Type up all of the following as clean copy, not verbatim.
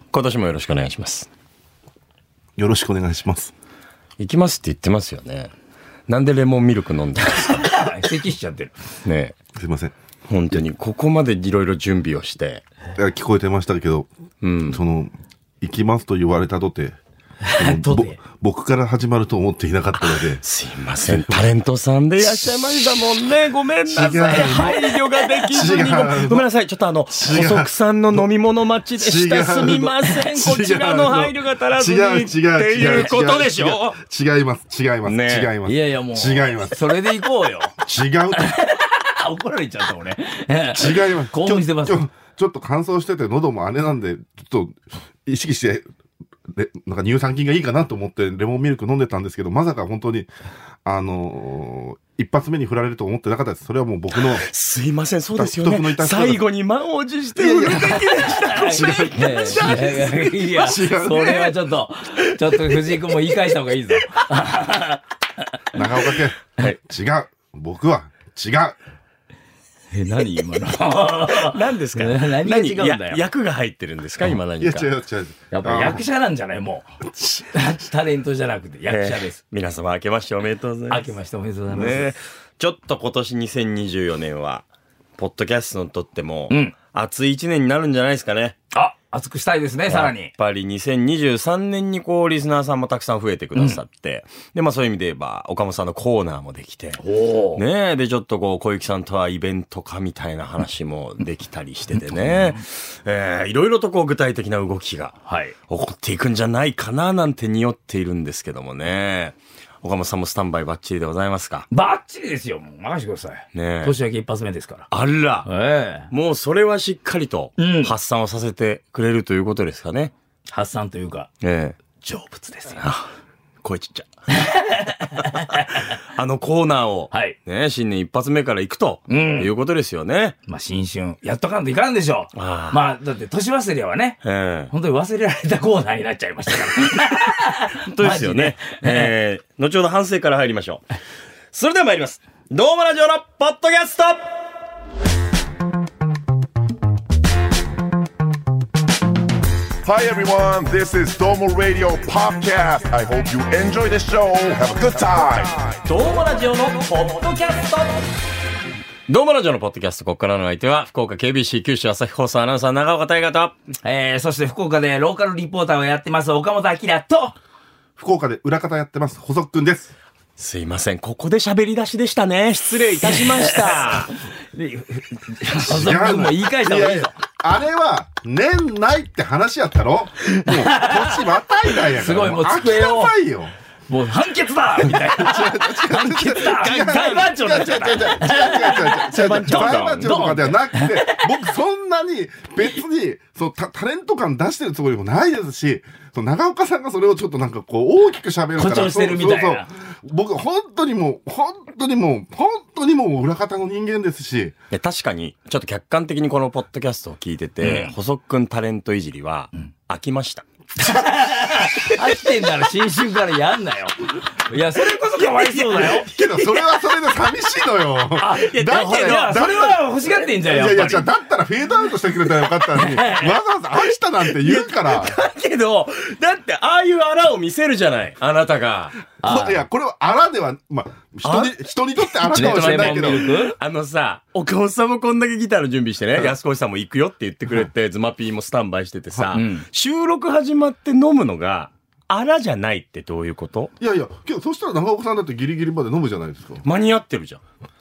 今年もよろしくお願いします。 よろしくお願いします。 行きますって言ってますよね。なんでレモンミルク飲んでるんですか。 咳しちゃってるねすいません。 本当にここまでいろいろ準備をしていや聞こえてましたけど、その行きますと言われたとて僕から始まると思っていなかったので。 すいません、タレントさんでいらっしゃいましたもんね。ごめんなさい、配慮ができずにごめんなさい。ちょっと補足さんの飲み物待ちでした。すみません、こちらの配慮が足らずにっていうことでしょ。 違います違います、ね、違います。 いやいやもう違います。 それで行こうよ。 違う怒られちゃった俺。 違います。 興奮してます。 ちょっと乾燥してて喉もあれなんでちょっと意識してなんか乳酸菌がいいかなと思ってレモンミルク飲んでたんですけど、まさか本当に一発目に振られると思ってなかったです。それはもう僕のすいません。そうですよね。最後に満を持して振るべきでした。 いやそれはちょっと藤井君も言い返した方がいいぞ。 長岡君、はい、違う、僕は違う。 何今の何ですか。 何が違うんだよ。 役が入ってるんですか今何か。 いや違うやっぱ役者なんじゃない。もうタレントじゃなくて役者です。 皆様明けましておめでとうございます。 明けましておめでとうございます。 ちょっと今年2024年はポッドキャストにとっても熱い1年になるんじゃないですかね。 熱くしたいですね。さらにやっぱり2023年にリスナーさんもたくさん増えてくださって、でそういう意味で言えば岡本さんのコーナーもできてね、でちょっと小雪さんとはイベント化みたいな話もできたりしててね、いろいろと具体的な動きが起こっていくんじゃないかななんて匂っているんですけどもね。岡本さんもスタンバイバッチリでございますか。 バッチリですよ。もう任せてください。 ね、 年明け一発目ですから。 あら、もうそれはしっかりと発散をさせてくれるということですかね。 発散というか、成仏ですよ。 声ちっちゃ。コーナーを、新年一発目から行くということですよね。 新春やっとかんといかんでしょう。だって年忘れはね、本当に忘れられたコーナーになっちゃいましたから。 本当ですよね。後ほど反省から入りましょう。それでは参ります。どうもラジオのポッドキャスト。 Hi everyone, this is Domo Radio Podcast. I hope you enjoy the show. Have a good time. どうもラジオのポッドキャスト。 どうもラジオのポッドキャスト。ここからの相手は福岡 KBC 九州朝日放送アナウンサー長岡大河と、 そして福岡でローカルリポーターをやってます岡本明と、 福岡で裏方やってます細くんです。 すいません、ここで喋り出しでしたね。失礼いたしました。 細くんも言い返した方がいいぞ。 あれは年内って話やったろ。もう年またいだんやから。 すごい、もう机を飽きなさいよ。 もう判決だみたいな。判決だ。裁判長になっちゃった。 裁判長とかではなくて、僕そんなに別にタレント感出してるつもりもないですし、長岡さんがそれをちょっとなんか大きく喋るから、 誇張してるみたいな。 僕本当にもう裏方の人間ですし。 確かにちょっと客観的にこのポッドキャストを聞いてて、細くんタレントいじりは飽きました。 飽きてんなら新春からやんなよ。いや、それこそかわいそうだよ。 けどそれはそれで寂しいのよ。 だけどそれは欲しがってんじゃん。 いやじゃあだったらフェードアウトしてくれたらよかったのに、わざわざ飽きたなんて言うから。 だけどだってああいうあらを見せるじゃない、あなたが。 いやこれはあらでは人にとってあらかもしれないけど、 岡本さんもこんだけギターの準備してね、安越さんも行くよって言ってくれて、ズマピーもスタンバイしててさ、収録始まって飲むのがあらじゃないってどういうこと？ いやけどそしたら長岡さんだってギリギリまで飲むじゃないですか。 間に合ってるじゃん。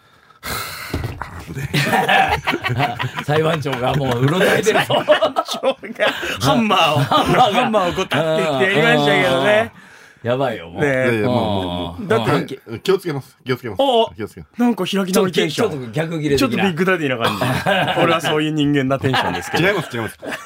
裁判長がもううろたえてる。 裁判長がハンマーをこう立ってきてやりましたけどね。 やばいよもう。 いやもうだって気をつけます。 なんか開き直りテンション。 ちょっと逆切れ的な。 ちょっとビッグダディな感じ。俺はそういう人間なテンションですけど。 違います。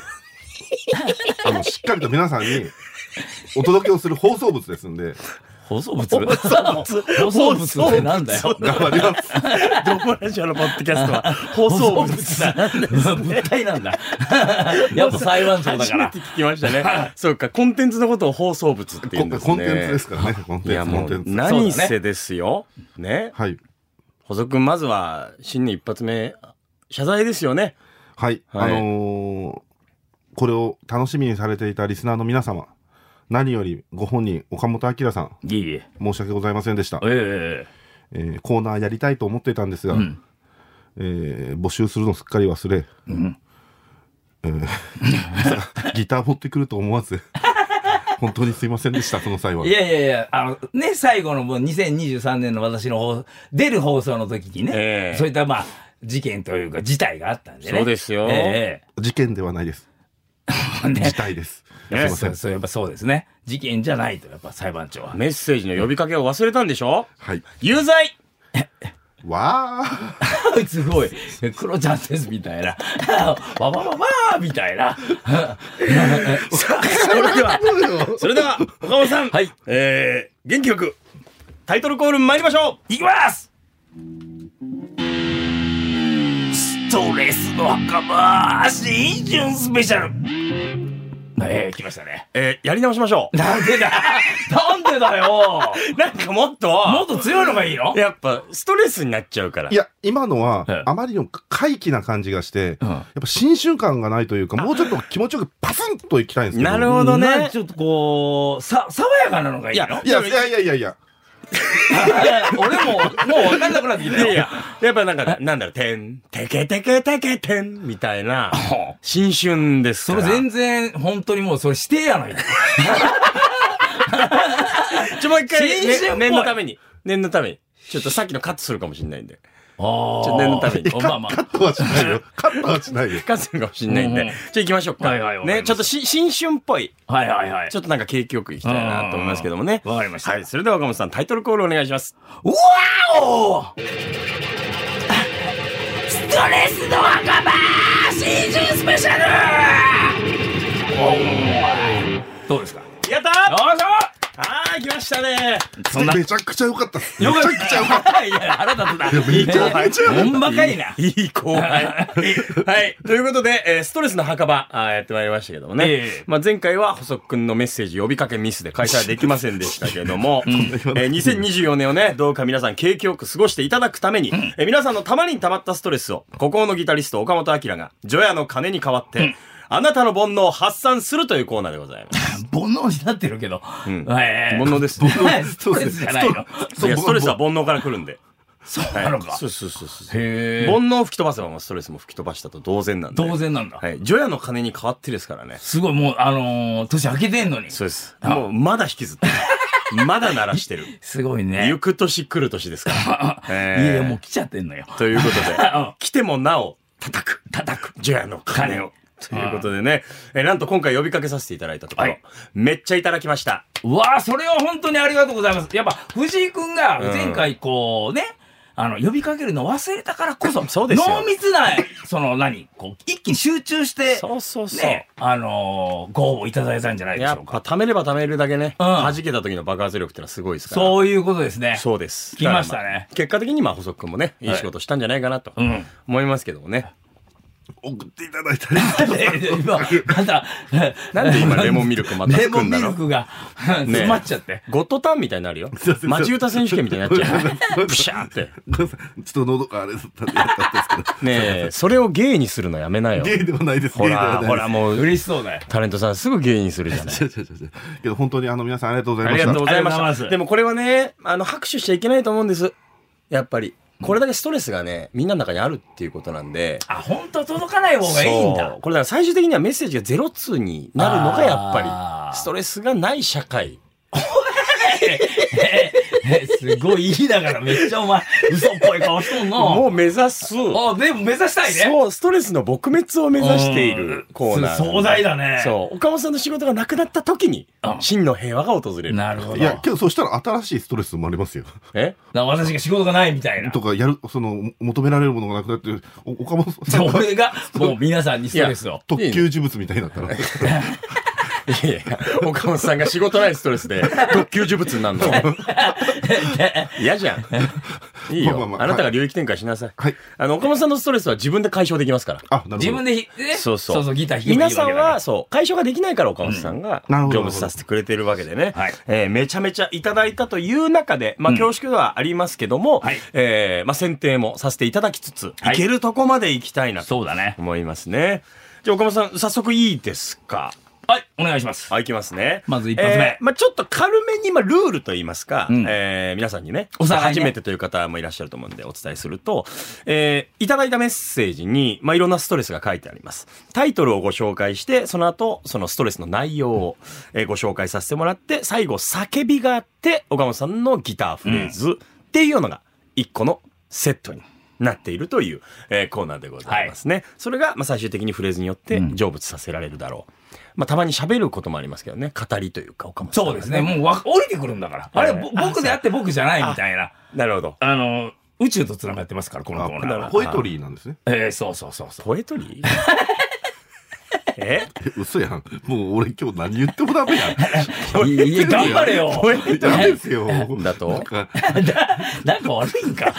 しっかりと皆さんにお届けをする放送物ですんで。 放送物ってなんだよ。 頑張ります。 どうもラジオのポッドキャストは放送物だ。 物体なんだ。やっぱ裁判長だから。 初めて聞きましたね。そうか、コンテンツのことを放送物って言うんですね。 コンテンツですからね。 いやもう何せですよ。ね。 はい。 細くんまずは新年一発目謝罪ですよね。 はい。 これを楽しみにされていたリスナーの皆様、何よりご本人岡本明さん、 いえいえ、 申し訳ございませんでした。コえーナーやりたいと思っていたんですが、募集するのすっかり忘れ、ギター持ってくると思わず本当にすいませんでした、その際は。 いやいやいや、ね、最後のもう2023年の私の出る放送の時にね、そういったまあ事件というか事態があったんでね。 そうですよ。 事件ではないです。事態です。すいません。 そうやっぱそうですね。事件じゃないとやっぱ裁判長は。 メッセージの呼びかけを忘れたんでしょ？ はい。 有罪。 わーすごいクロちゃんですみたいなわわわわーみたいなそれでは岡本さん、はい、元気よくタイトルコール参りましょう。 いきます。ストレスの墓場新春スペシャル。来ましたね。 やり直しましょう。 なんでだなんでだよなんかもっと強いのがいいの？ やっぱストレスになっちゃうから。 いや、今のはあまりにも怪奇な感じがして、やっぱ新春感がないというか、もうちょっと気持ちよくパスンといきたいんですけど。 なるほどね。 ちょっとこう爽やかなのがいいの？ いや俺もう分かんなくなってきたよ。 いややっぱなんだろう、てけてけてけてんみたいな新春ですから。 それ全然本当にもうそれ指定やないか。 もう一回、念のためにちょっとさっきのカットするかもしれないんで。ちょっと念のために。 カットはしないよ。カットはしないよ。 カットするかもしれないんで。じゃあ行きましょうか。ね、ちょっと新春っぽい。ちょっとなんか景気よくいきたいなと思いますけどもね。 わかりました。 はい、それでは岡本さんタイトルコールお願いします。 わおストレスの墓場新春スペシャル。どうですか？ やったー！ よいしょ！ 来ましたね。 めちゃくちゃ良かったっす。 めちゃくちゃ良かった。いや、腹立つな。いい後輩。ほんまかいな。 いい後輩。はい。ということで、ストレスの墓場、やってまいりましたけどもね。まあ前回は細くんのメッセージ呼びかけミスで開催はできませんでしたけども、2024年をね、どうか皆さん景気よく過ごしていただくために、皆さんのたまりにたまったストレスを、孤高のギタリスト岡本明が、除夜の鐘に代わって、あなたの煩悩を発散するというコーナーでございます。 煩悩になってるけど。 煩悩です。 ストレスじゃないの。 ストレスは煩悩から来るんで。 そうなのか。 そう。煩悩を吹き飛ばせばストレスも吹き飛ばしたと同然なんで。 同然なんだ。 はい。除夜の鐘に変わってですからね。 すごい、もう、年明けてんのに。 そうです。もう、まだ引きずってる。まだ鳴らしてる。 すごいね。 行く年来る年ですから。いや、もう来ちゃってんのよ。 ということで、来てもなお、叩く。除夜の鐘を。ということでね、なんと今回呼びかけさせていただいたところ、めっちゃいただきました。 うわー、それは本当にありがとうございます。やっぱ、藤井くんが前回こうね、呼びかけるの忘れたからこそ、 そうですよ。 濃密な、こう、一気に集中して、 そう。 ね、ご応募いただいたんじゃないでしょうか。 やっぱ、貯めれば貯めるだけね、弾けた時の爆発力ってのはすごいですから。 そういうことですね。 そうです。 来ましたね。 結果的に細くんもね、いい仕事したんじゃないかなと思いますけどもね。 送っていただいたりなんで今レモンミルクまたレモンミルクが詰まっちゃって、 ゴッドタンみたいになるよ。町歌選手権みたいになっちゃう。プシャーって。 ちょっと喉があれだったんですけど。 ねえ、それを芸にするのやめなよ。 芸ではないです。 ほらもう嬉しそうだよ。 タレントさんすぐ芸にするじゃない。 けど本当に皆さんありがとうございました。 ありがとうございました。でもこれはね、拍手しちゃいけないと思うんです。やっぱり。これだけストレスがね、みんなの中にあるっていうことなんで。 本当届かない方がいいんだ。 これだから最終的にはメッセージが0-2になるのがやっぱり、ストレスがない社会。 すごいいいだからめっちゃお前嘘っぽい顔しとんの。 もう目指す。 でも目指したいね。 そう、ストレスの撲滅を目指しているコーナー。 壮大だね。 そう、岡本さんの仕事がなくなった時に真の平和が訪れる。 なるほど。 いやけどそしたら新しいストレスもありますよ。 私が仕事がないみたいな。 とか求められるものがなくなって岡本さんが俺がもう皆さんにストレスを特級呪物みたいになったら。 いや岡本さんが仕事ないストレスで特級呪物になるの嫌じゃん。いいよ、あなたが領域展開しなさい。岡本さんのストレスは自分で解消できますから。 自分でそうギター弾けばいい皆さんは解消ができないから岡本さんが成仏させてくれてるわけでね。めちゃめちゃいただいたという中で恐縮ではありますけども、選定もさせていただきつついけるとこまで行きたいなと思いますね。 じゃあ岡本さん、早速いいですか？ はい、お願いします。 はい、いきますね。 まず一発目。 ちょっと軽めに、ルールと言いますか、皆さんにね、初めてという方もいらっしゃると思うんでお伝えすると、いただいたメッセージに、いろんなストレスが書いてあります。タイトルをご紹介して、その後、そのストレスの内容を、ご紹介させてもらって、最後、叫びがあって、岡本さんのギターフレーズっていうのが、一個のセットになっているという、コーナーでございますね。それが、最終的にフレーズによって成仏させられるだろう。たまに喋ることもありますけどね。語りというか、岡本さん、 そうですね。もう降りてくるんだから。あれ、僕であって僕じゃないみたいな。 なるほど。 宇宙と繋がってますから、このコーナーは。 ポエトリーなんですね。 そうそう。 ポエトリー嘘やん。もう俺今日何言ってもダメやん。 いや、頑張れよ。 ポエトリーダメですよ。 だとなんか悪いんか。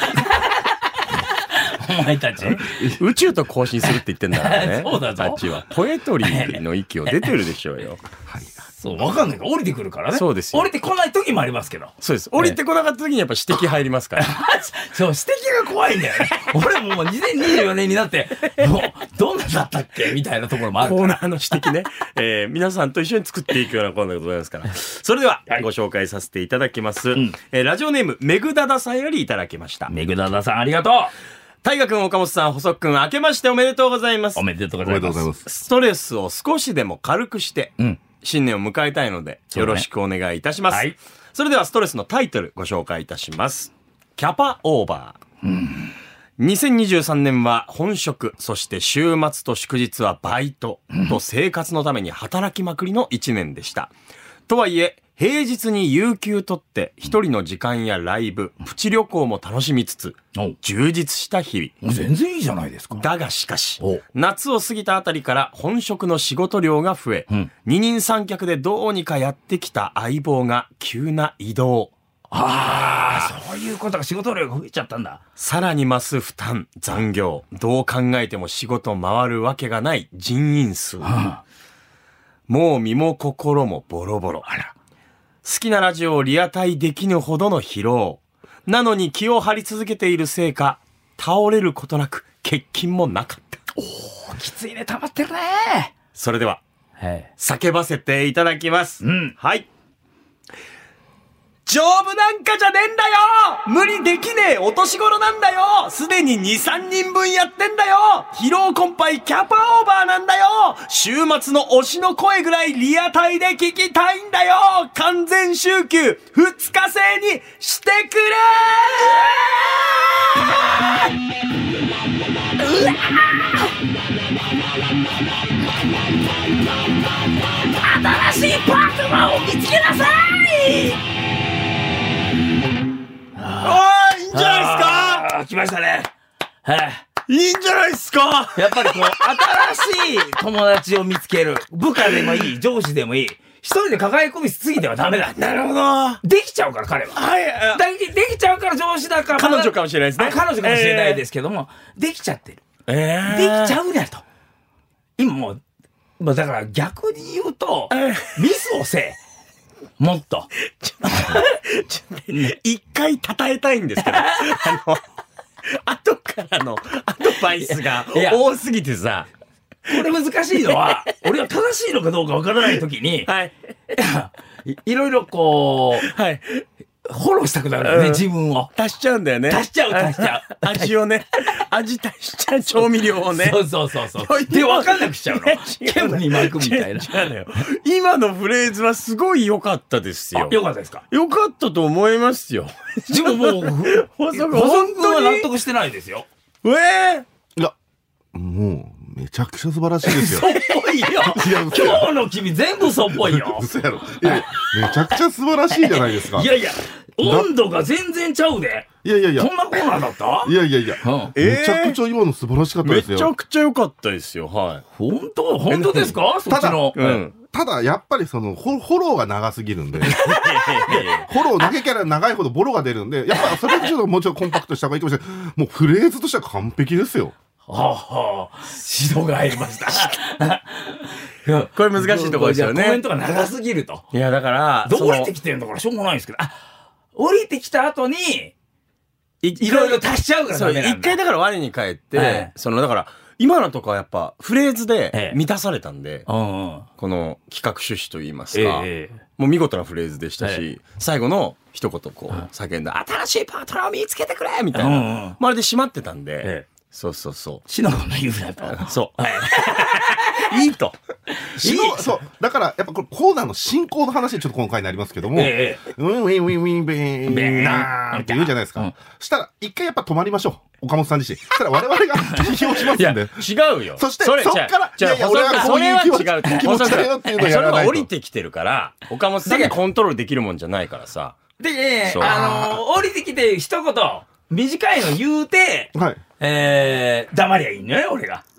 お前たち宇宙と交信するって言ってんだからね。 そうだぞ。 あっちはポエトリーの域を出てるでしょうよ。 はい。 そう、わかんないから降りてくるからね。 そうですよ。 降りてこない時もありますけど。 そうです。降りてこなかった時にやっぱ指摘入りますから。 そう、指摘が怖いんだよね。俺もう2024年になって、もうどんなだったっけみたいなところもあるから。 コーナーの指摘ね。皆さんと一緒に作っていくようなコーナーでございますから。それではご紹介させていただきます。ラジオネームめぐだださんよりいただきました。 めぐだださんありがとう。 大河君、岡本さん、細くん、明けましておめでとうございます。 おめでとうございます。 ストレスを少しでも軽くして、新年を迎えたいので、よろしくお願いいたします。はい。それでは、ストレスのタイトルご紹介いたします。キャパオーバー。2023年は本職、そして週末と祝日はバイトと生活のために働きまくりの1年でした。とはいえ、平日に有給取って一人の時間やライブ、プチ旅行も楽しみつつ、充実した日々。 全然いいじゃないですか。 だがしかし、夏を過ぎたあたりから本職の仕事量が増え、二人三脚でどうにかやってきた相棒が急な移動。 そういうことが仕事量が増えちゃったんだ。 さらに増す負担、残業、どう考えても仕事回るわけがない人員数。もう身も心もボロボロ。好きなラジオをリアタイできぬほどの疲労。なのに気を張り続けているせいか、倒れることなく欠勤もなかった。 きついね、溜まってるね。 それでは、叫ばせていただきます。はい。丈夫なんかじゃねえんだよ。無理できねえお年頃なんだよ。すでに 2,3 人分やってんだよ。疲労困憊キャパオーバーなんだよ。週末の推しの声ぐらいリアタイで聞きたいんだよ。完全週休2日制にしてくれ新しいパートナーを見つけなさい。いいんじゃないですか。 来ましたね。 いいんじゃないですか。 やっぱり新しい友達を見つける。部下でもいい、上司でもいい。一人で抱え込みすぎてはダメだ。 なるほど。 できちゃうから、彼は。できちゃうから上司だから。 彼女かもしれないですね。 彼女かもしれないですけども、できちゃってる。できちゃうねと。今もう、だから逆に言うと、ミスをせえ。もっと。 一回称えたいんですけど、後からのアドバイスが多すぎてさ。 これ難しいのは、俺は正しいのかどうかわからないときに、いろいろこう、フォローしたくなるよね、自分を。 足しちゃうんだよね。 足しちゃう。 味をね。味足しちゃう調味料をね。 そう。で、わかんなくしちゃうの。煙に巻くみたいな。 今のフレーズはすごい良かったですよ。 良かったですか？ 良かったと思いますよ。 でももう、本当は納得してないですよ。 いや、もう、めちゃくちゃ素晴らしいですよ。 そうっぽいよ。今日の君全部そうっぽいよ。 嘘やろ。めちゃくちゃ素晴らしいじゃないですか。 いや、温度が全然ちゃうで。 いや。 こんなコーナーだった？ いや。めちゃくちゃ今の素晴らしかったですよ。 めちゃくちゃ良かったですよ。 本当ですか？そっちの。 ただ、やっぱりフォローが長すぎるんで。フォロー長ければ長いほどボロが出るんで、やっぱそれちょっともうちょっとコンパクトした方がいいかもしれない。もうフレーズとしては完璧ですよ。 指導が入りました。 これ難しいところですよね。 コメントが長すぎると。 いや、だから、 降りてきてるんだからしょうがないんですけど、降りてきた後に、いろいろ足しちゃうからダメなんだ。 一回だから我に返って、だから、 今のとかはやっぱフレーズで満たされたんで、 うんうん。 この企画趣旨といいますか、 ええもう見事なフレーズでしたし、最後の一言こう叫んだ、新しいパートナーを見つけてくれみたいな、 うんうんまるで閉まってたんで、 ええそうそうそシノコの言うなやっぱ。 う。そう。いいと。 そう。だから、やっぱこれコーナーの進行の話にちょっと今回になりますけども、 ええウィンウィンウィンウィンベーン、 ベーンナーンって言うじゃないですか。 うんしたら、一回やっぱ止まりましょう。岡本さん自身。したら我々が批評しますいや、 んで。 違うよ。 そしてれそっからじゃあ、 いやいや俺はこういう気持ちそれは違うって気持ちだよっていうのをやらないとそれは降りてきてるから、岡本さんがコントロールできるもんじゃないからさ。 で、 そう降りてきて一言、短いの言うて、 はい。 黙りゃいいのよ、俺が。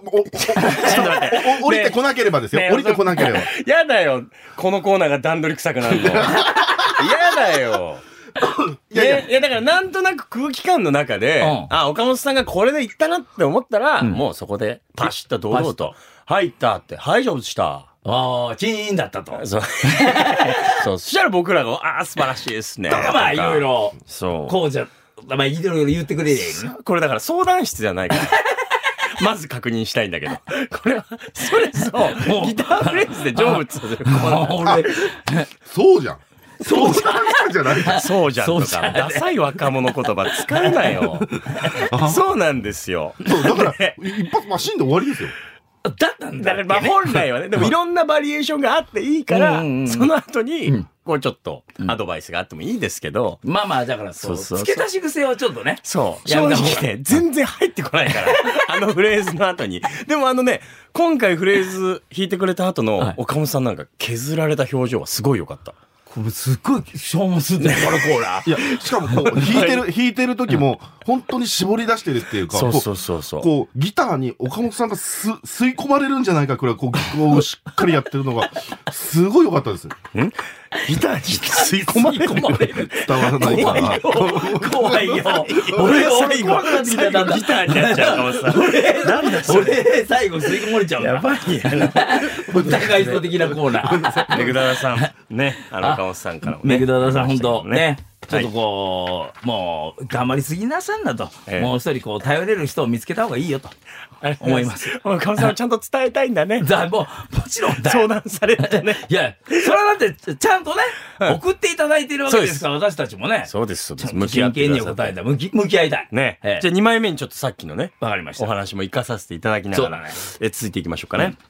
降りてこなければですよ。 ね降りてこなければ。 やだよ。このコーナーが段取り臭くなるの。やだよ。いや、だからなんとなく空気感の中で、岡本さんがこれで言ったなって思ったら、もうそこでパシッと堂々と、入ったって、はい、成仏した。 ああ、チーンだったと。 そう。そしたら僕らが、素晴らしいですね。 まあ、いろいろ、 そう。 こうじゃ、まあ、いろいろ言ってくれりゃいいね。 これだから相談室じゃないから。まず確認したいんだけど。これは、それそう。ギターフレーズで成仏させるコーナー。 俺、 そうじゃん。そうじゃない。 そうじゃんとそうじゃんか、ダサい若者言葉使うなよ。そうなんですよ。 そう、だから、一発マシンで終わりですよ。 だったんだだからまあ本来はね、でもいろんなバリエーションがあっていいから、その後に、こうちょっとアドバイスがあってもいいですけど、 まあまあ、だからそう、 そう付け足し癖をちょっとね。 そう。 や正めた方が直ね、全然入ってこないから。あのフレーズの後に。でも今回フレーズ弾いてくれた後の岡本さんなんか削られた表情はすごい良かった。 これすっごい消耗するね、このコーラ。 いや、しかもこう、弾いてる時も、本当に絞り出してるっていうか、 そうそうそうそう。 こう、ギターに岡本さんが吸い込まれるんじゃないかくらい、こう、しっかりやってるのが、すごい良かったです。 ギターに吸い込まれる。 伝わらないかな。 怖いよ。 俺俺怖くなってきたんだ。 ギターになっちゃう岡本さん。 俺、最後吸い込まれちゃうやばいやな。 疑い人的なコーナー。 めぐだださん、ね、岡本さんからもね。 めぐだださん、本当ねね。ちょっとこう、もう、頑張りすぎなさんなと。もう一人、こう、頼れる人を見つけた方がいいよと。思います。 岡本さんはちゃんと伝えたいんだね。 もちろんだ。 相談されてね。 いや、それはだって、ちゃんとね、送っていただいているわけですから、私たちもね。 そうです、そうです。 真剣に答えた。向き合いたい。 ね。じゃあ2枚目にちょっとさっきのね、 わかりました。 お話も活かさせていただきながら、続いていきましょうかね。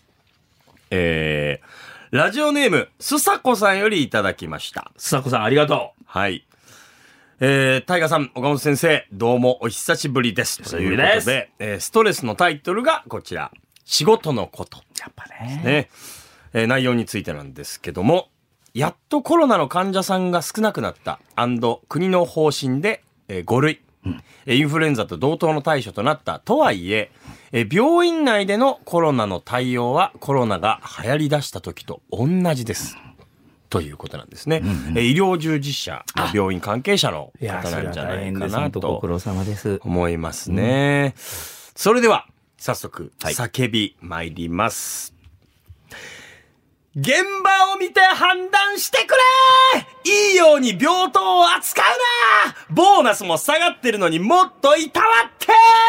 ラジオネーム、すさこさんよりいただきました。 すさこさん、ありがとう。 はい。タイガさん、岡本先生、どうもお久しぶりです。ということで、ストレスのタイトルがこちら。仕事のこと。 やっぱね。 内容についてなんですけども、やっとコロナの患者さんが少なくなった&国の方針で、5類、インフルエンザと同等の対処となったとはいえ、病院内でのコロナの対応はコロナが流行り出した時と同じです。ということなんですね。医療従事者、病院関係者の方なんじゃないかなとご苦労様です思いますね。それでは、早速、叫び参ります。現場を見て判断してくれ！いいように病棟を扱うな！ボーナスも下がってるのにもっといたわって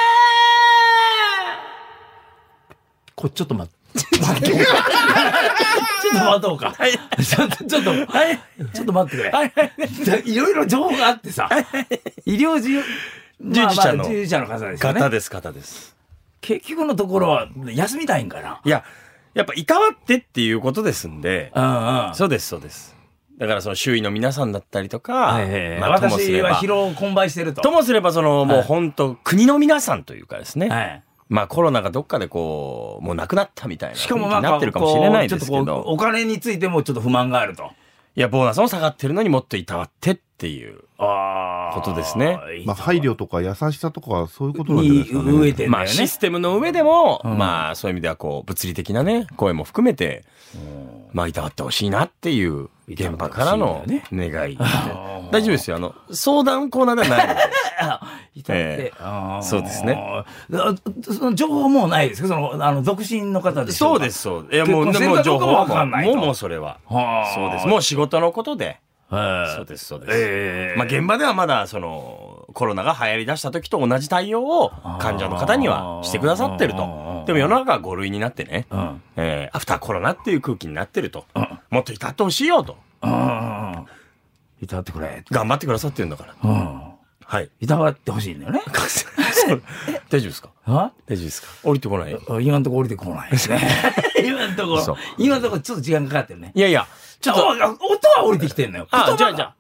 ちょっと待って。ちょっと待とうか。ちょっと待ってくれ。いろいろ情報があってさ、医療従事者の方ですよね。 方です。 結局のところは休みたいんかな。 いや、やっぱいたわってっていうことですんで、そうです、そうです。だからその周囲の皆さんだったりとか、 私は疲労困憊してると。 ともすればもう本当国の皆さんというかですね。コロナがどっかでもうなくなったみたいなしかもなってるかもしれないですけど、 ちょっとお金についてもちょっと不満があると。 いや、ボーナスも下がってるのにもっといたわってっていうことですね。 配慮とか優しさとかそういうことなんじゃないですかね。 システムの上でも、そういう意味では物理的なね、声も含めて、いたわってほしいなっていう現場からの願い。大丈夫ですよ。相談コーナーではないので。そうですね。 その情報もないですか？独身の方でしょうか？ そうです、そうです。いや、もう情報はもうそれは。そうです。もう仕事のことで。そうです、そうです。現場ではまだ、ココロナが流行り出した時と同じ対応を患者の方にはしてくださってると。でも世の中は5類になってね、アフターコロナっていう空気になってると。もっと至ってほしいよと。 いたわってくれ。 頑張ってくださってるんだから。はい。 いたわってほしいんだよね。 大丈夫ですか？大丈夫ですか？降りてこない？ 今のところ降りてこないですね。今のところちょっと時間かかってるね。 いやいや、 ちょっと音は降りてきてんのよ。 じゃあ、言葉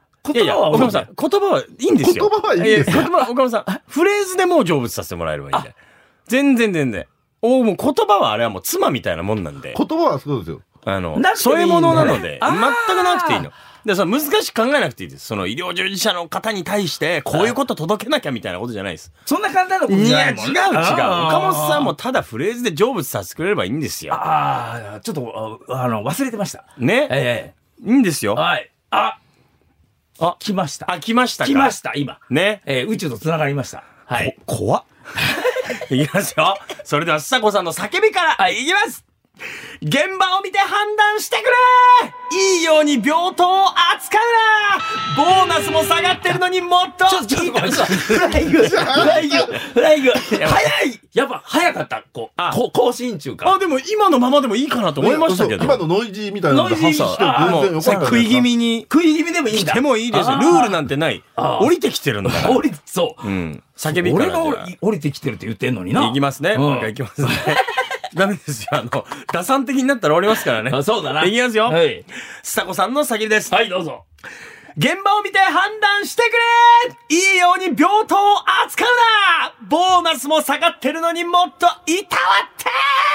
はいいんですよ。 言葉はいいんですよ。 岡本さん、フレーズでもう成仏させてもらえればいいんで。全然。もう言葉はあれはもう妻みたいなもんなんで。 言葉はそうですよ。 そういうものなので、全くなくていいの。で、難しく考えなくていいです。その医療従事者の方に対して、こういうこと届けなきゃみたいなことじゃないです。 そんな簡単なことじゃないもんね。 いや、違う。岡本さんもただフレーズで成仏させてくれればいいんですよ。 ちょっと、忘れてました。 ね。いいんですよ。 はい。来ました。 来ましたか。 来ました、今。 ね。 宇宙と繋がりました。はい。 怖っ。いきますよ。それでは、さこさんの叫びから、いきます。現場を見て判断してくれ！いいように病棟を扱うな！ボーナスも下がってるのにもっとちょっとごめんなさい。フライング早いやっぱ早かった。更新中か。 でも今のままでもいいかなと思いましたけど。 今のノイジーみたいなので食い気味に。 食い気味でもいいんだ。 来てもいいですよ。ルールなんてない。降りてきてるんだから。 そう。 叫びから。 俺が降りてきてるって言ってんのにな。 いきますね。もう一回いきますね。ダメですよ。打算的になったら終わりますからね。 そうだな。 いきますよ。スタコさんの叫びです。 はい、どうぞ。 現場を見て判断してくれ！いいように病棟を扱うな！ボーナスも下がってるのにもっといたわって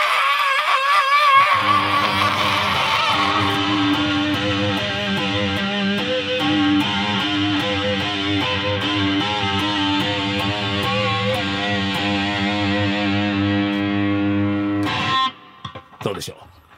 どうでしょう。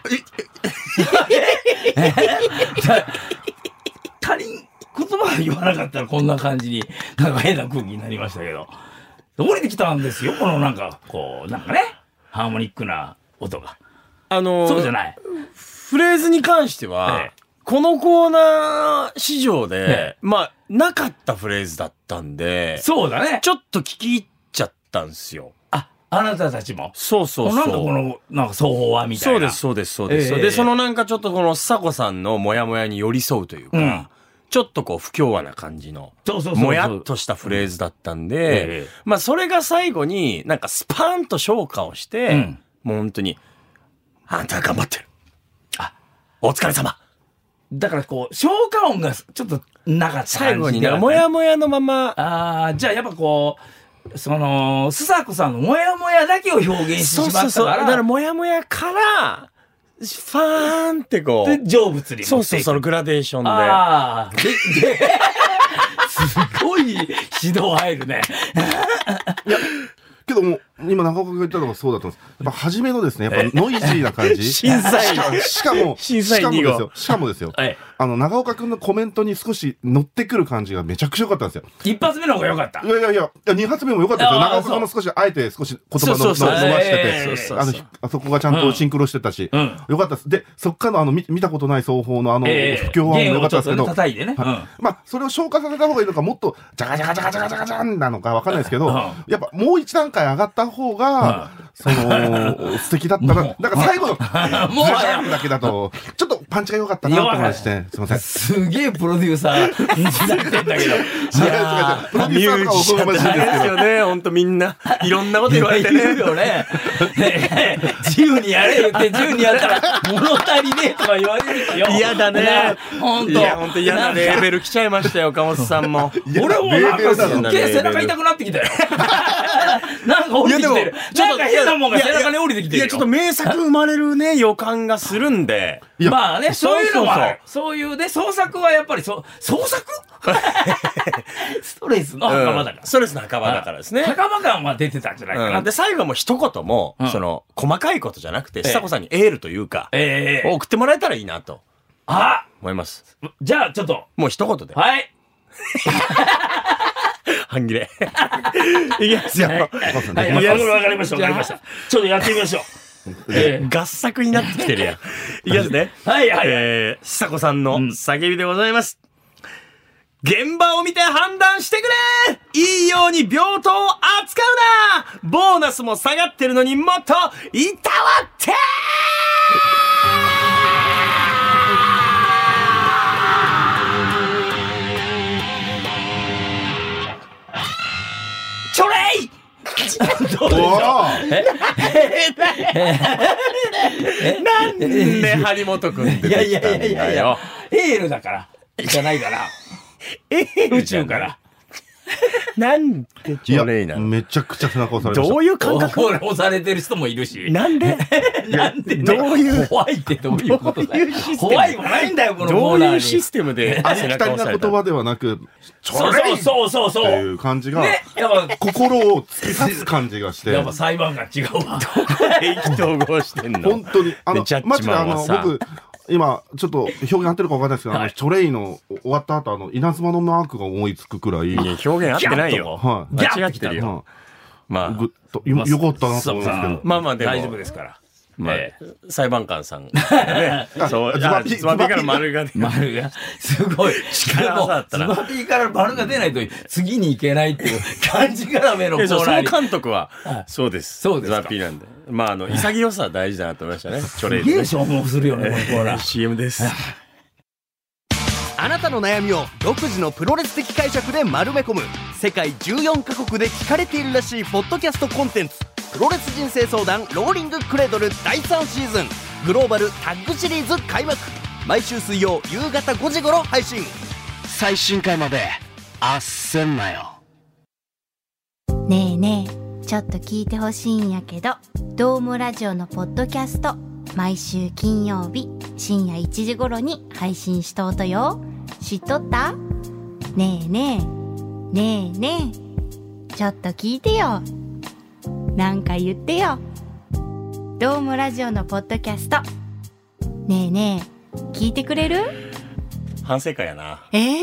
仮に言葉言わなかったらこんな感じになんか変な空気になりましたけど、降りてきたんですよ。このなんかハーモニックな音が。そうじゃない。 フレーズに関しては、このコーナー史上で、なかったフレーズだったんで、 そうだね。 ちょっと聞き入っちゃったんですよ。 あなたたちも。 そう。 なんかなんか双方はみたいな。 そうです。で、ちょっとこのさこさんのモヤモヤに寄り添うというか、ちょっと不協和な感じの、もやっとしたフレーズだったんで、それが最後になんかスパーンと昇華をして、もう本当に、あんた頑張ってる。お疲れ様。 だから消化音がちょっとなかった感じで。 最後にね、もやもやのまま。 じゃあやっぱスサコさんのモヤモヤだけを表現してしまったから。 だからモヤモヤから、ファーンってで、 成仏に持っていく。 そのグラデーションで。 すごい指導入るね。 いや、けども、今中岡が言ったのがそうだったんです。やっぱ初めのですね、やっぱノイジーな感じ。 審査員。 しかもですよ。長岡くんのコメントに少し乗ってくる感じがめちゃくちゃ良かったんですよ。 一発目の方が良かった。 いや、二発目も良かったですよ。長岡くんもあえて少し言葉伸ばしてて、あそこがちゃんとシンクロしてたし、良かったです。で、そっからの見たことない奏法の不協和音も良かったですけど、 叩いてね。 それを消化させた方がいいのか、もっとジャガジャガジャガジャガジャガジャンなのかわかんないですけど、やっぱもう一段階上がった方が、素敵だったら、だから最後の、もう早くだけだと、ちょっとパンチが良かったなと思いまして、すいません。 すげえプロデューサーになってんだけど。 プロデューサーとかおこがましいですよね、ほんとみんな。いろんなこと言われてね。 言うよね。自由にやれ言って、自由にやったら、物足りねえとか言われるよ。 嫌だね。 ほんと。 いや、ほんと嫌なレーベル来ちゃいましたよ、岡本さんも。 俺もなんかすっげえ背中痛くなってきたよ。なんか降りてきてる。なんか変なもんが背中に降りてきてる。 いや、ちょっと名作生まれるね、予感がするんで。 まあね、そういうのは、そういうね、創作はやっぱり創作ストレスの墓場だから。 ストレスの墓場だからですね。 墓場感は出てたんじゃないかな。 で、最後はもう一言も、細かいことじゃなくて、久子さんにエールというか、送ってもらえたらいいなと。思います。 じゃあ、ちょっと。 もう一言で。 はい。 半切れ。いきますよ。 わかりました。ちょっとやってみましょう。 合作になってきてるやん。いきますね。 はい。 久子さんの叫びでございます。 現場を見て判断してくれ。いいように病棟を扱うな。ボーナスも下がってるのにもっといたわってチョレイどうでしょう。なんで張本くん出てきたんだよ。 エールだからじゃないから宇宙からなんでチョレイなの。 めちゃくちゃ背中押されました。 どういう感覚。 押されてる人もいるしなんでなんでどういう怖いってどういうことだよ。 どういうシステム怖いもないんだよこのコどうーナーに。 いうシステムであり背きたりな中を押された言葉ではなく、 そうそうっていう感じが、 ね、やっぱ心を突き刺す感じがして、 やっぱ裁判官違うわ。 意気投合してんの。 本当に、 ねジャッジマジでマンはさ僕、今、ちょっと表現合ってるか分かんないですけど、チョレイの終わった後、稲妻のマークが思いつくくらい、 いや表現合ってないよ。 は間違ってるい。 よ。まあぐっとよかったなと思いますけど。 まあまあでも大丈夫ですから。 まあ裁判官さんがね。そうズバピズバピから丸が出る。 丸がすごい力技だったらズバピーから丸が出ないと次に行けないっていう感じがダメのコーナーに。 総監督はそうです。 そうですかズバピなんで。まあ潔さ大事だなと思いましたね。チョレイでね。 すげえ消耗するよねこのコーナー。 CM です。 あなたの悩みを独自のプロレス的解釈で丸め込む世界14カ国で聞かれているらしいポッドキャストコンテンツプロレス人生相談ローリングクレードル第3シーズングローバルタッグシリーズ開幕毎週水曜夕方5時頃配信最新回まであっせんなよ。 ねえねえちょっと聞いてほしいんやけどドームラジオのポッドキャスト毎週金曜日深夜1時頃に配信しとうとよ。知っとった？ねえねえねえねえちょっと聞いてよ。なんか言ってよ。ドームラジオのポッドキャストねえねえ聞いてくれる？ 反省会やな。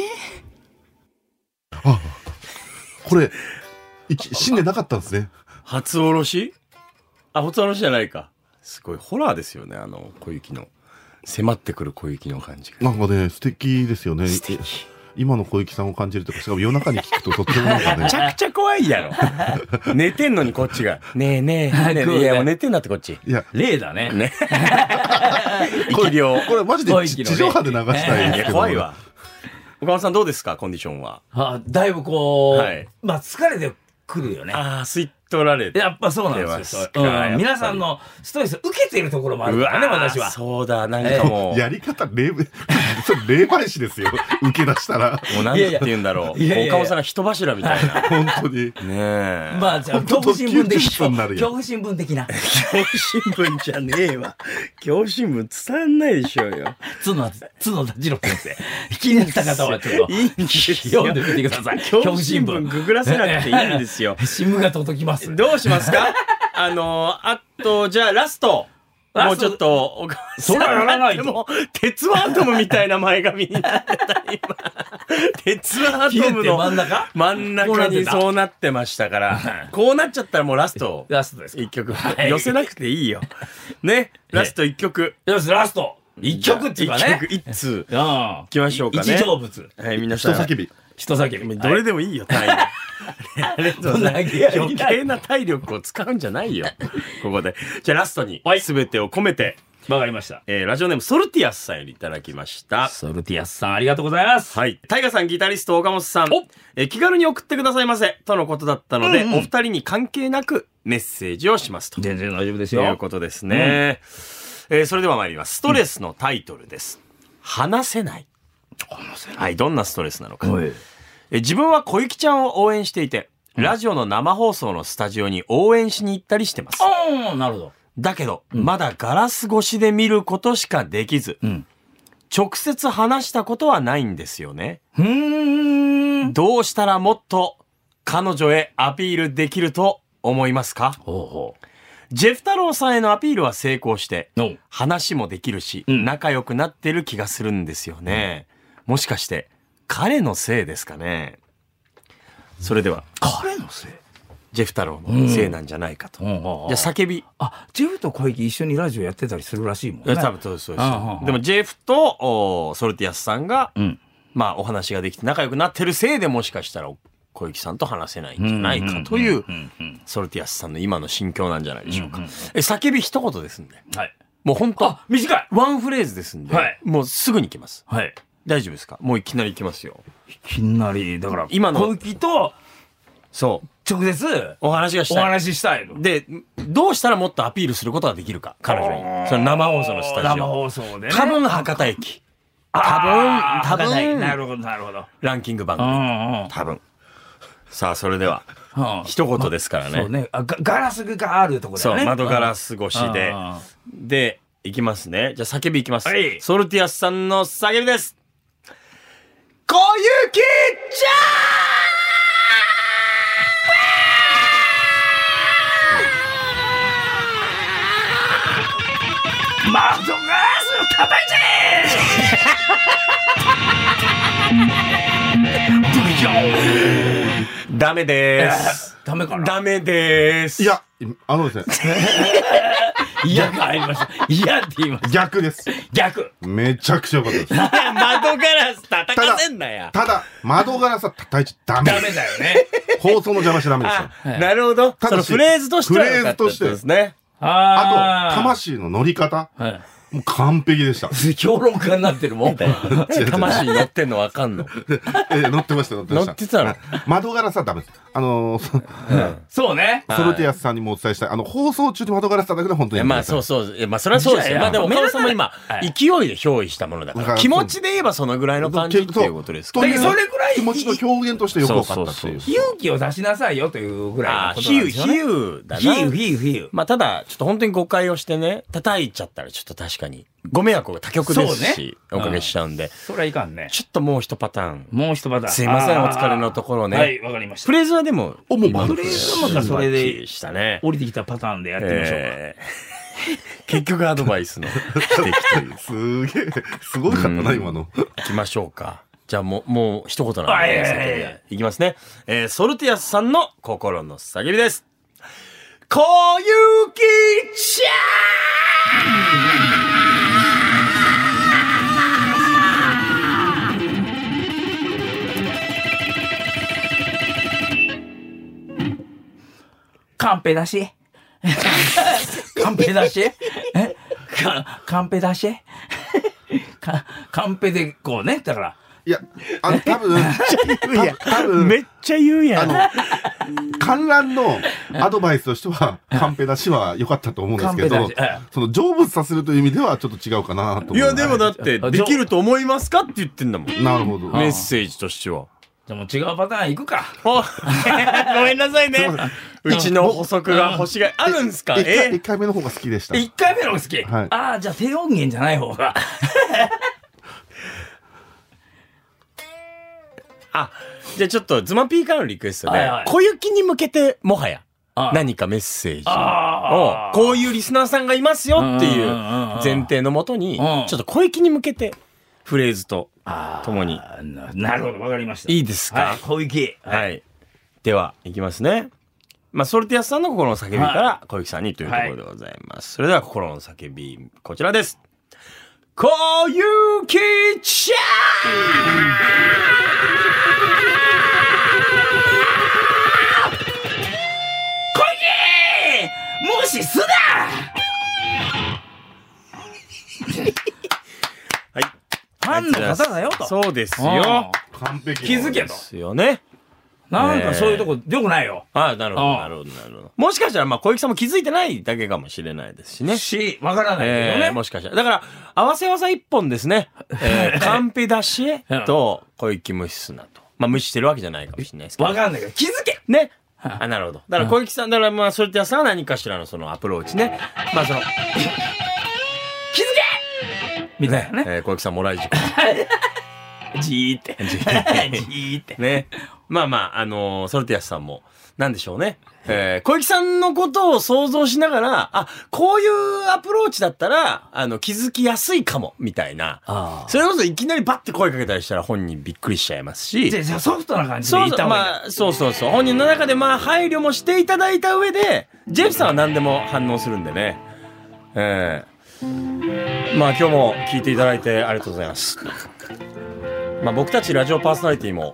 これ、死んでなかったんですね。 初おろし？あ、初おろしじゃないか。すごいホラーですよね、小雪の。迫ってくる小雪の感じが。 なんかね、素敵ですよね。 素敵。 今の小雪さんを感じるとか、しかも夜中に聞くととってもなんかね。 めちゃくちゃ怖いやろ。寝てんのにこっちが。ねえねえ。ねえいや、もう寝てんなってこっち。 いや、 例だね。 ね。生き量。 これマジで地上波で流したいですけど。 いや、怖いわ。岡本さんどうですかコンディションは。 だいぶこう、 はいまあ疲れてくるよね。 ああ、吸い取られて。 やっぱそうなんですよ。皆さんのストレス受けているところもあるからね、私は。 そうだ、なんかもう。 やり方、それ霊媒師ですよ。受け出したら。 もうなんて言うんだろう。岡本さんが人柱みたいな。 本当に。 ねえ。 まあ、じゃあ、恐怖新聞的になるよ。 恐怖新聞的な。 恐怖新聞じゃねえわ。恐怖新聞伝わんないでしょうよ。 角田次郎先生。気になった方はちょっと、 いいんですよ。 読んでみてください。 恐怖新聞ググらせなくていいんですよ。 新聞が届きます。 どうしますかあと、じゃあラスト。もうちょっと、 それはやらないと。 もう、鉄腕アトムみたいな前髪になってた、今。鉄腕アトムの真ん中にそうなってましたから、こうなっちゃったらもうラスト。 ラストです。 一曲。寄せなくていいよ。ね。ラスト一曲。 よし、ラスト。一曲っていうかね。 一曲一通。行きましょうかね。 一成仏。 はい、皆さん。 人叫び。 人叫び。 どれでもいいよ、単位。ありがとうございます。余計な体力を使うんじゃないよ。ここで。じゃあラストに、すべてを込めて。 わかりました。 ラジオネームソルティアスさんよりいただきました。 ソルティアスさん、ありがとうございます。 はい。タイガさん、ギタリスト、岡本さん。気軽に送ってくださいませ。とのことだったので、お二人に関係なくメッセージをしますと。 全然大丈夫ですよ。 ということですね。それでは参ります。ストレスのタイトルです。話せない。はい。どんなストレスなのか。自分は小雪ちゃんを応援していて、ラジオの生放送のスタジオに応援しに行ったりしてます。 なるほど。 だけど、まだガラス越しで見ることしかできず、直接話したことはないんですよね。どうしたらもっと彼女へアピールできると思いますか？ジェフ太郎さんへのアピールは成功して、話もできるし、仲良くなってる気がするんですよね。もしかして、彼のせいですかね。それでは。 彼のせい？ ジェフ太郎のせいなんじゃないかと。じゃあ叫び。 ジェフと小雪一緒にラジオやってたりするらしいもんね。 多分そうです。でもジェフとソルティアスさんがまあお話ができて仲良くなってるせいでもしかしたら小雪さんと話せないんじゃないかというソルティアスさんの今の心境なんじゃないでしょうか。叫び一言ですんで、 はい、 もう本当短いワンフレーズですんで、はい、もうすぐに行きます。 はい、 大丈夫ですか？もういきなり行きますよ。 いきなりだから今の小雪とそう直接お話がしたい。 お話ししたいので、どうしたらもっとアピールすることができるか、彼女に。その生放送のスタジオ。 生放送で、ね、 多分博多駅。多分なるほどなるほど。 ランキング番組。多分。さあそれでは、一言ですからね。 そうね。ガラスがあるところだね。 そう、窓ガラス越しで。で、いきますね。じゃあ叫びいきます。ソルティアスさんの叫びです。小雪ちゃん、窓ガラス叩いちゃえダメです。 ダメかな。 ダメです。 いや、ですね。 嫌がありました。嫌って言いました。 逆です。 逆。 めちゃくちゃ良かったです。 窓ガラス叩かせんなや。 ただ、窓ガラスは叩いちゃダメ。 ダメだよね。 放送の邪魔しちゃダメですよ。 なるほど。そのフレーズとしては良かったですね。 あと、魂の乗り方。もう完璧でした。 評論家になってるもん。 魂乗ってんのわかんの。 乗ってました、乗ってました。 乗ってたの。 窓ガラスはダメです。 そうね。 ソルティアスさんにもお伝えしたい。放送中に窓ガラス叩くのは本当に。 まあそうそう。まあそれはそうですよ。まあでも岡本さんも今、勢いで憑依したものだから。気持ちで言えばそのぐらいの感じっていうことですか。 それぐらい気持ちの表現としてよく分かったっていう。 勇気を出しなさいよというぐらいのことなんですよね。比喩だな。 比喩。 まあただ、ちょっと本当に誤解をしてね、叩いちゃったらちょっと確かに。ご迷惑が他局ですし、おかけしちゃうんで。 それはいかんね。 ちょっともう一パターン。 もう一パターン。 すいません、お疲れのところね。 はい、わかりました。 フレーズはでも、 フレーズはまたそれで、 したね。 降りてきたパターンでやってみましょうか。 結局アドバイスの指摘という。 すげえ、すごかったな、今の。 行きましょうか。じゃあもう一言なんで、いきますね。ソルティアスさんの心の叫びです。小雪ちゃんカンペだしカンペだしカンペだしカンペでこうね、だから。 いや、多分めっちゃ言うやん。 観覧のアドバイスとしては、カンペ出しは良かったと思うんですけど、その成仏させるという意味ではちょっと違うかなと思う。 いや、でもだって、できると思いますかって言ってんだもん。 なるほど。 メッセージとしては。 じゃあもう違うパターンいくか。 ごめんなさいね。うちの補足が欲しがあるんすか ？1回目の方が好きでした。 1回目の方が好き。 はい、 ああ、じゃあ低音源じゃない方が。 じゃあちょっとズマピーからのリクエストで、小雪に向けてもはや何かメッセージを、こういうリスナーさんがいますよっていう前提のもとに、ちょっと小雪に向けてフレーズとともに。 なるほど、わかりました。 いいですか？ 小雪。 はい。では、いきますね。まあ、ソルティアスさんの心の叫びから小雪さんにというところでございます。それでは心の叫び、こちらです。小雪ちゃんもしすだはい。 ファンの方だよと。 そうですよ。 完璧。 気づけと。 ですよね。 なんかそういうとこ良くないよ。 なるほど。もしかしたら、まあ、小雪さんも気づいてないだけかもしれないですしね。 わからないけどね。 もしかしたら。だから、合わせ技一本ですね。カンペ出しと小雪無視すなと。まあ、無視してるわけじゃないかもしれないですけど。 わかんないけど、気づけね。なるほど。だから小雪さん、だからまあ、ソルティアスさんは何かしらのそのアプローチね。まあ、その、気づけみたいなね。 小雪さんもらい事故。 じーって。じーって。 ね。まあ、ソルティアスさんも、なんでしょうね。小雪さんのことを想像しながら、こういうアプローチだったら、気づきやすいかも、みたいな。それこそいきなりバッて声かけたりしたら本人びっくりしちゃいますし。 じゃあソフトな感じで言った方がいい。 そう。本人の中でまあ配慮もしていただいた上で、ジェフさんは何でも反応するんでね。まあ今日も聞いていただいてありがとうございます。 まあ僕たちラジオパーソナリティも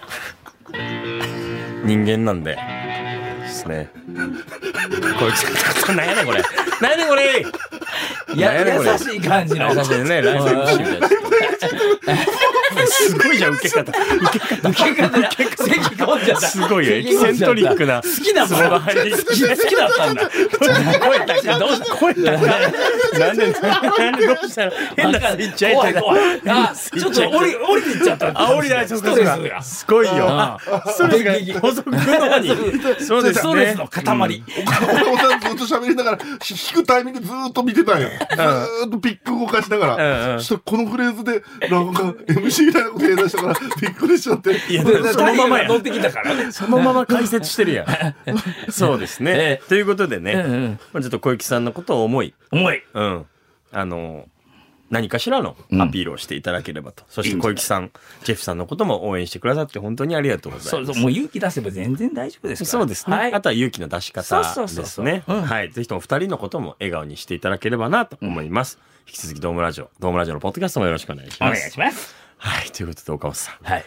人間なんでですね。こいつなんやねんこれ。なんやねんこれ。 優しい感じの。 優しいね。ライブ MC みたいな。すごいじゃん、受け方。 席込んじゃった。 すごいよ。エキセントリックな。 好きなものが入り好きだったんだ。声高い。どうした声高い。なんでどうしたの変なスイッチ入ってた。 あ、ちょっと降りていっちゃった。 あ、降りない、ストレスが。すごいよ。ストレスが補足のに。そうですね。 ストレスの塊。 岡本さんずっと喋りながら、弾くタイミングずーっと見てたんよ。ずーっとピック動かしながら。そしたらこのフレーズで、なんか MC みたいなこと言い出したからびっくりしちゃって。 いや、そのままや。 乗ってきたからね。 そのまま解説してるやん。そうですね。ということでね、ちょっと小雪さんのことを思い。うん。何かしらのアピールをしていただければと。そして小雪さん、ジェフさんのことも応援してくださって本当にありがとうございます。 そうそう、もう勇気出せば全然大丈夫ですから。 そうですね。あとは勇気の出し方ですね。はい。ぜひとも二人のことも笑顔にしていただければなと思います。引き続きドームラジオのポッドキャストもよろしくお願いします。 お願いします。 はい。ということで岡本さん。 はい。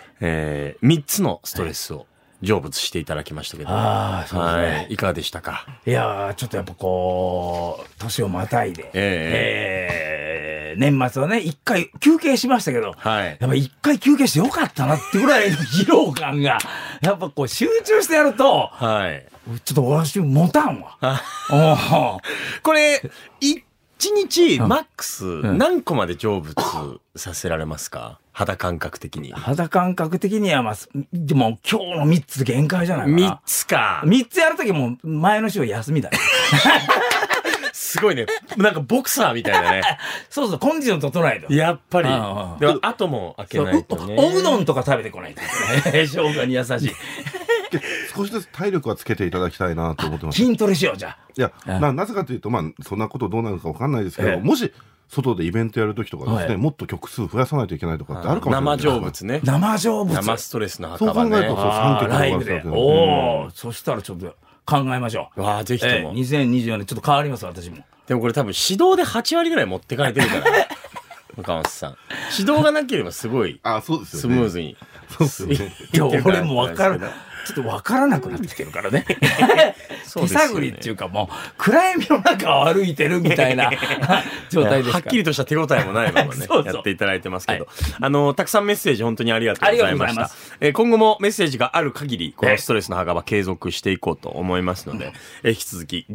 3つのストレスを成仏していただきましたけど。 ああ、そうですね。 いかがでしたか？ いやー、ちょっとやっぱこう、年をまたいで、年末はね、一回休憩しましたけど、やっぱ一回休憩してよかったなってぐらいの疲労感が、やっぱこう集中してやると、ちょっと私持たんわ。 これ、1日マックス何個まで成仏させられますか？肌感覚的に。 肌感覚的にはまあ、でも今日の3つ限界じゃないかな。 3つか。 3つやるときも前の週は休みだね。 すごいね。なんかボクサーみたいなね。 そうそう、コンディション整えと。 やっぱり。でも、後も開けないとね。 おうどんとか食べてこないとね。生姜に優しい。 少しずつ体力はつけていただきたいなと思ってます。 筋トレしよう、じゃあ。 いや、なぜかというと、まあ、そんなことどうなるかわかんないですけど、もし、外でイベントやるときとかですね、もっと曲数増やさないといけないとかってあるかもしれない。 生成仏ね。 生成仏。 生ストレスの墓場ね。 そう考えると、3曲ライブで。おー、そしたらちょっと考えましょう。 わあ、ぜひとも。 2024年ちょっと変わります、私も。 でもこれ多分指導で8割ぐらい持ってかれてるから。岡本さん。指導がなければすごい、スムーズに。 そうですよね。 いや、俺もわかる。ちょっと分からなくなってきてるからね。手探りっていうかもう暗闇の中を歩いてるみたいな状態ですから。 はっきりとした手応えもないままねやっていただいてますけど、たくさんメッセージ本当にありがとうございました。今後もメッセージがある限りこのストレスの墓場継続していこうと思いますので、引き続き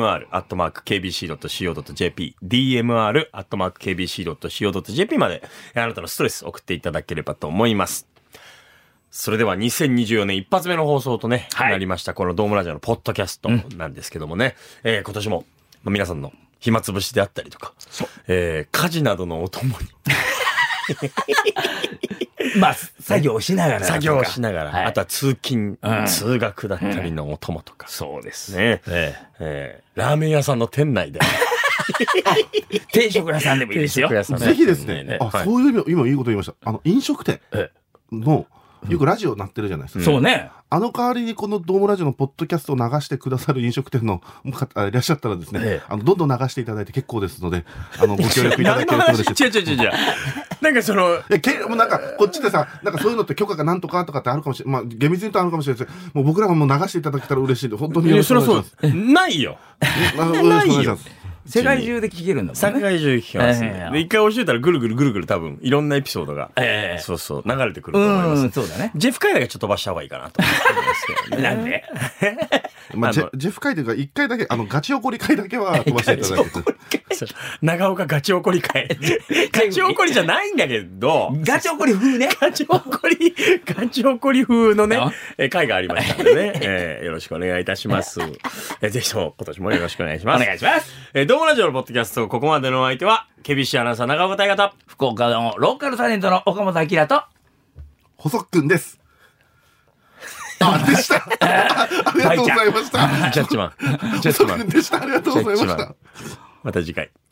DMR@kbc.co.jp DMR@kbc.co.jp まであなたのストレス送っていただければと思います。それでは2024年一発目の放送とね、なりましたこのドームラジオのポッドキャストなんですけどもね、今年も皆さんの暇つぶしであったりとか、家事などのお供にまあ作業をしながら、 あとは通勤、通学だったりのお供とか、 そうですね、ラーメン屋さんの店内で定食屋さんでもいいですよ。 ぜひですね、そういう今いいこと言いました。飲食店のよくラジオ鳴ってるじゃないですか。 そうね。 代わりにこのドームラジオのポッドキャストを流してくださる飲食店の方いらっしゃったらですね、どんどん流していただいて結構ですので、ご協力いただけると嬉しい。 違う。なんかその、 なんかこっちでさ、なんかそういうのって許可がなんとかとかってあるかもしれない。まあ厳密に言うとあるかもしれないですけど、もう僕らはもう流していただけたら嬉しいんで、本当によろしくお願いします。 ないよ。 ないよ。 世界中で聞けるんだもんね。 世界中で聞けますね。で、一回教えたらぐるぐる多分いろんなエピソードが、そう流れてくると思います。 そうだね。 ジェフ会だけちょっと飛ばした方がいいかなと思いますけどね。 なんでジェフ会というか一回だけガチ怒り会だけは飛ばしていただいて。 長岡ガチ怒り会。ガチ怒りじゃないんだけど。 ガチ怒り風ね。 ガチ怒り風のね、会がありましたのでね。よろしくお願いいたします。ぜひとも今年もよろしくお願いします。 お願いします。 ドームラジオのポッドキャスト、ここまでのお相手は、KBC アナウンサー長岡大和、 福岡のローカルタレントの岡本明と、 細くんです。でした。ありがとうございました。 ジャッジマン。 細くんでした。ありがとうございました。 また次回。